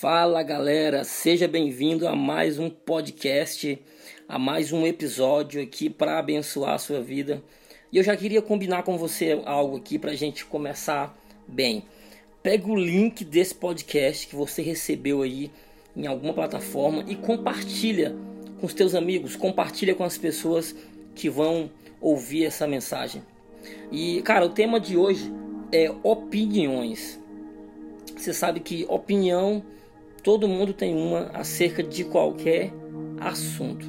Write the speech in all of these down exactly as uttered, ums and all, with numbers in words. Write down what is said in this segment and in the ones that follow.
Fala galera, seja bem-vindo a mais um podcast, a mais um episódio aqui para abençoar a sua vida. E eu já queria combinar com você algo aqui para a gente começar bem. Pega o link desse podcast que você recebeu aí em alguma plataforma e compartilha com os teus amigos, compartilha com as pessoas que vão ouvir essa mensagem. E cara, o tema de hoje é opiniões. Você sabe que opinião, todo mundo tem uma acerca de qualquer assunto.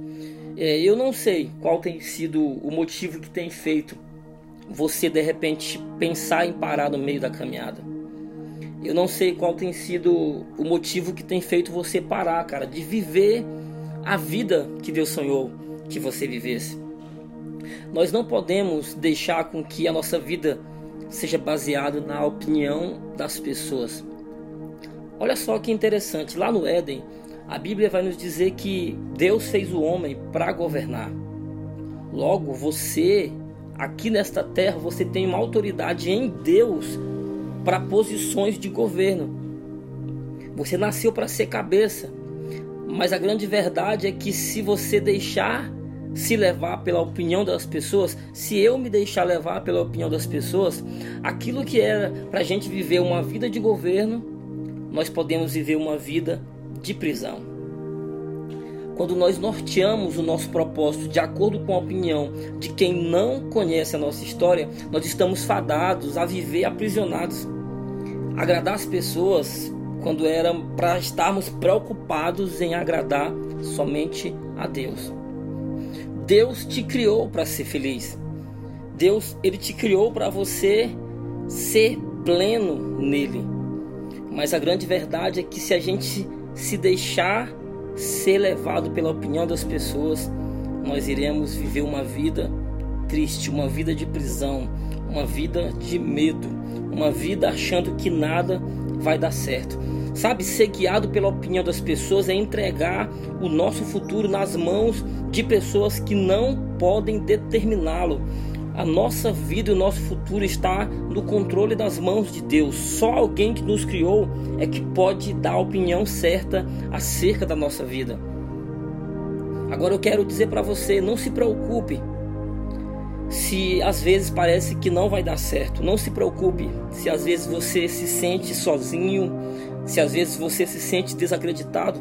É, eu não sei qual tem sido o motivo que tem feito você de repente pensar em parar no meio da caminhada. Eu não sei qual tem sido o motivo que tem feito você parar, cara, de viver a vida que Deus sonhou que você vivesse. Nós não podemos deixar com que a nossa vida seja baseada na opinião das pessoas. Olha só que interessante, lá no Éden, a Bíblia vai nos dizer que Deus fez o homem para governar. Logo, você, aqui nesta terra, você tem uma autoridade em Deus para posições de governo. Você nasceu para ser cabeça, mas a grande verdade é que se você deixar se levar pela opinião das pessoas, se eu me deixar levar pela opinião das pessoas, aquilo que era para a gente viver uma vida de governo, nós podemos viver uma vida de prisão. Quando nós norteamos o nosso propósito de acordo com a opinião de quem não conhece a nossa história, nós estamos fadados a viver aprisionados. Agradar as pessoas quando era para estarmos preocupados em agradar somente a Deus. Deus te criou para ser feliz. Deus, ele te criou para você ser pleno nele. Mas a grande verdade é que se a gente se deixar ser levado pela opinião das pessoas, nós iremos viver uma vida triste, uma vida de prisão, uma vida de medo, uma vida achando que nada vai dar certo. Sabe, ser guiado pela opinião das pessoas é entregar o nosso futuro nas mãos de pessoas que não podem determiná-lo. A nossa vida e o nosso futuro está no controle das mãos de Deus. Só alguém que nos criou é que pode dar a opinião certa acerca da nossa vida. Agora eu quero dizer para você, não se preocupe se às vezes parece que não vai dar certo. Não se preocupe se às vezes você se sente sozinho, se às vezes você se sente desacreditado.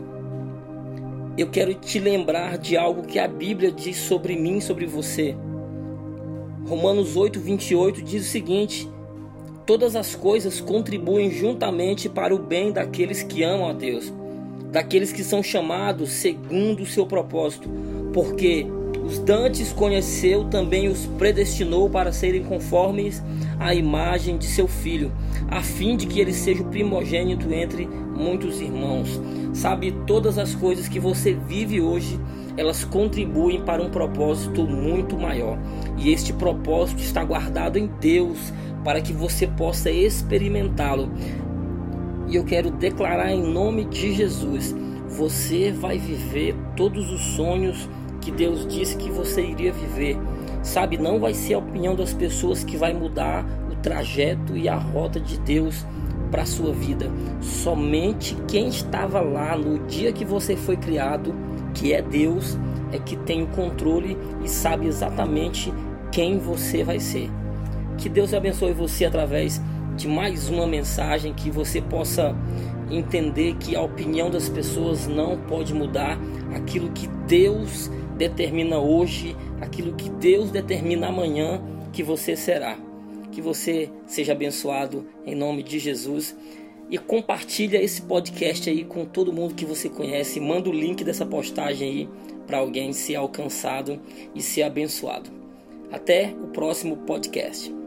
Eu quero te lembrar de algo que a Bíblia diz sobre mim, sobre você. Romanos oito, vinte e oito diz o seguinte: todas as coisas contribuem juntamente para o bem daqueles que amam a Deus, daqueles que são chamados segundo o seu propósito, porque os dantes conheceu, também os predestinou para serem conformes à imagem de seu Filho, a fim de que ele seja o primogênito entre muitos irmãos. Sabe, todas as coisas que você vive hoje, elas contribuem para um propósito muito maior. E este propósito está guardado em Deus, para que você possa experimentá-lo. E eu quero declarar em nome de Jesus, você vai viver todos os sonhos que Deus disse que você iria viver. Sabe, não vai ser a opinião das pessoas que vai mudar o trajeto e a rota de Deus para a sua vida. Somente quem estava lá no dia que você foi criado, que é Deus, é que tem o controle e sabe exatamente quem você vai ser. Que Deus abençoe você através de mais uma mensagem, que você possa entender que a opinião das pessoas não pode mudar aquilo que Deus determina hoje, aquilo que Deus determina amanhã que você será. Que você seja abençoado em nome de Jesus. E compartilha esse podcast aí com todo mundo que você conhece. Manda o link dessa postagem aí para alguém ser alcançado e ser abençoado. Até o próximo podcast.